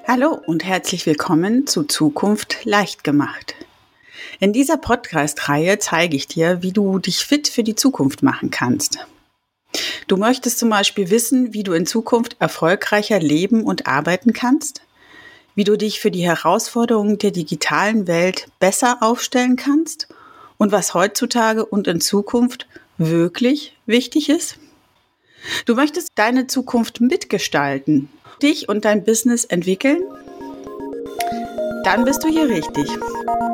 Hallo und herzlich willkommen zu Zukunft leicht gemacht. In dieser Podcast-Reihe zeige ich dir, wie du dich fit für die Zukunft machen kannst. Du möchtest zum Beispiel wissen, wie du in Zukunft erfolgreicher leben und arbeiten kannst, wie du dich für die Herausforderungen der digitalen Welt besser aufstellen kannst und was heutzutage und in Zukunft wirklich wichtig ist. Du möchtest deine Zukunft mitgestalten, dich und dein Business entwickeln? Dann bist du hier richtig.